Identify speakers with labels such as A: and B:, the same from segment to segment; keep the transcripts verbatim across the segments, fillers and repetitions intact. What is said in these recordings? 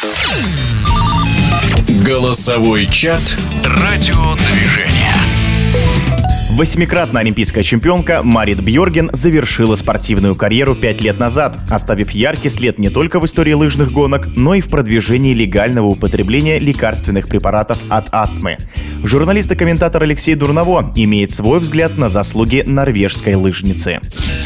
A: Голосовой чат радиодвижения.
B: Восьмикратная олимпийская чемпионка Марит Бьорген завершила спортивную карьеру пять лет назад, оставив яркий след не только в истории лыжных гонок, но и в продвижении легального употребления лекарственных препаратов от астмы. Журналист и комментатор Алексей Дурново имеет свой взгляд на заслуги норвежской лыжницы.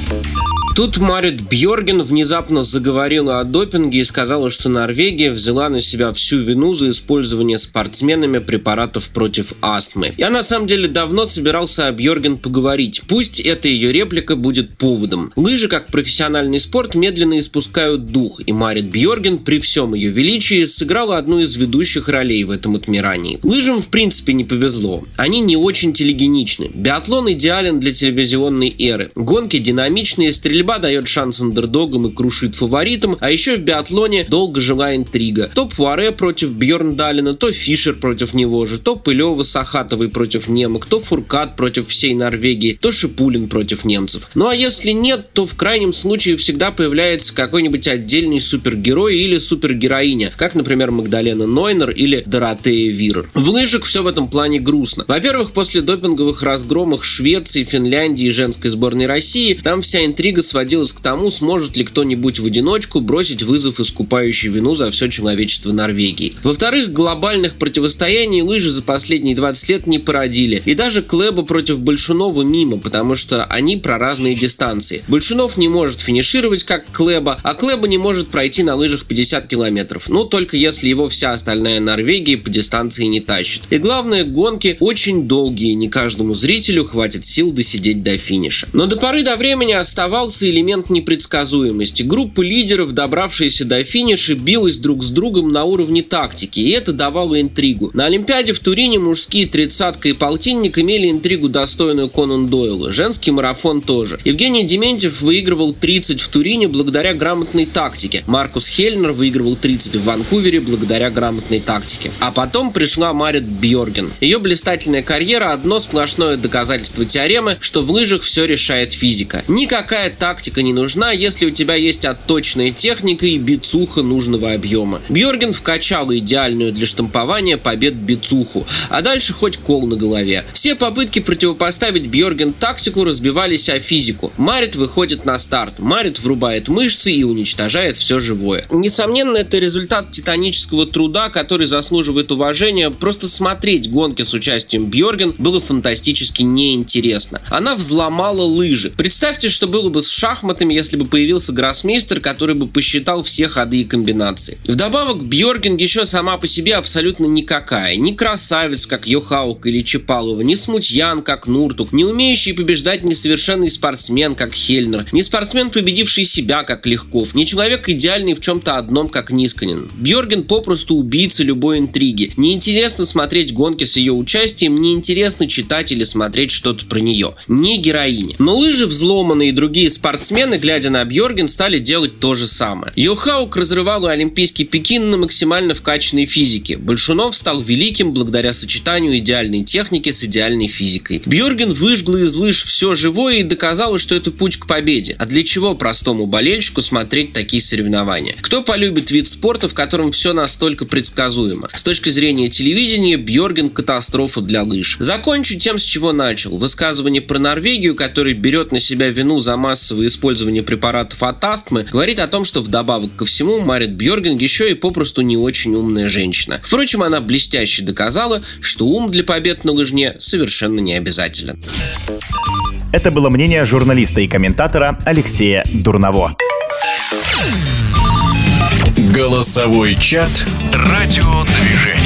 C: Тут Марит Бьорген внезапно заговорила о допинге и сказала, что Норвегия взяла на себя всю вину за использование спортсменами препаратов против астмы. Я на самом деле давно собирался о Бьорген поговорить. Пусть эта ее реплика будет поводом. Лыжи, как профессиональный спорт, медленно испускают дух, и Марит Бьорген при всем ее величии сыграла одну из ведущих ролей в этом отмирании. Лыжам в принципе не повезло. Они не очень телегеничны. Биатлон идеален для телевизионной эры. Гонки динамичные, стрельба дает шанс андердогам и крушит фаворитам, а еще в биатлоне долго жила интрига. То Пуаре против Бьерндалена, то Фишер против него же, то Пылева с Ахатовой против немок, то Фуркат против всей Норвегии, то Шипулин против немцев. Ну а если нет, то в крайнем случае всегда появляется какой-нибудь отдельный супергерой или супергероиня, как, например, Магдалена Нойнер или Доротея Вирер. В лыжах все в этом плане грустно. Во-первых, после допинговых разгромов Швеции, Финляндии и женской сборной России, там вся интрига сводилась к тому, сможет ли кто-нибудь в одиночку бросить вызов искупающий вину за все человечество Норвегии. Во-вторых, глобальных противостояний лыжи за последние двадцать лет не породили. И даже Клэба против Большунова мимо, потому что они про разные дистанции. Большунов не может финишировать, как Клэба, а Клэба не может пройти на лыжах пятьдесят километров. Ну, только если его вся остальная Норвегия по дистанции не тащит. И главное, гонки очень долгие, не каждому зрителю хватит сил досидеть до финиша. Но до поры до времени оставался элемент непредсказуемости. Группа лидеров, добравшаяся до финиша, билась друг с другом на уровне тактики, и это давало интригу. На Олимпиаде в Турине мужские тридцатка и полтинник имели интригу, достойную Конан Дойла. Женский марафон тоже. Евгений Дементьев выигрывал тридцать в Турине благодаря грамотной тактике. Маркус Хельнер выигрывал тридцать в Ванкувере благодаря грамотной тактике. А потом пришла Марит Бьорген. Ее блистательная карьера – одно сплошное доказательство теоремы, что в лыжах все решает физика. Никакая тактика Тактика не нужна, если у тебя есть отточенная техника и бицуха нужного объема. Бьорген вкачала идеальную для штампования побед бицуху, а дальше хоть кол на голове. Все попытки противопоставить Бьорген тактику разбивались о физику. Марит выходит на старт, Марит врубает мышцы и уничтожает все живое. Несомненно, это результат титанического труда, который заслуживает уважения. Просто смотреть гонки с участием Бьорген было фантастически неинтересно. Она взломала лыжи. Представьте, что было бы с шахматами, если бы появился гроссмейстер, который бы посчитал все ходы и комбинации. Вдобавок, Бьорген еще сама по себе абсолютно никакая. Ни красавец, как Йохаук или Чапалова, ни смутьян, как Нуртук, не умеющий побеждать несовершенный спортсмен, как Хельнер, ни спортсмен, победивший себя, как Легков, ни человек идеальный в чем-то одном, как Нисканен. Бьорген попросту убийца любой интриги. Неинтересно смотреть гонки с ее участием, неинтересно читать или смотреть что-то про нее. Не героиня. Но лыжи взломаны, и другие спортсмены Спортсмены, глядя на Бьорген, стали делать то же самое. Йохаук разрывала олимпийский Пекин на максимально вкачанной физике. Большунов стал великим благодаря сочетанию идеальной техники с идеальной физикой. Бьорген выжгла из лыж все живое и доказала, что это путь к победе. А для чего простому болельщику смотреть такие соревнования? Кто полюбит вид спорта, в котором все настолько предсказуемо? С точки зрения телевидения, Бьорген – катастрофа для лыж. Закончу тем, с чего начал. Высказывание про Норвегию, который берет на себя вину за массовые использование препаратов от астмы, говорит о том, что вдобавок ко всему Марит Бьорген еще и попросту не очень умная женщина. Впрочем, она блестяще доказала, что ум для побед на лыжне совершенно не обязателен.
B: Это было мнение журналиста и комментатора Алексея Дурново.
A: Голосовой чат радиодвижения.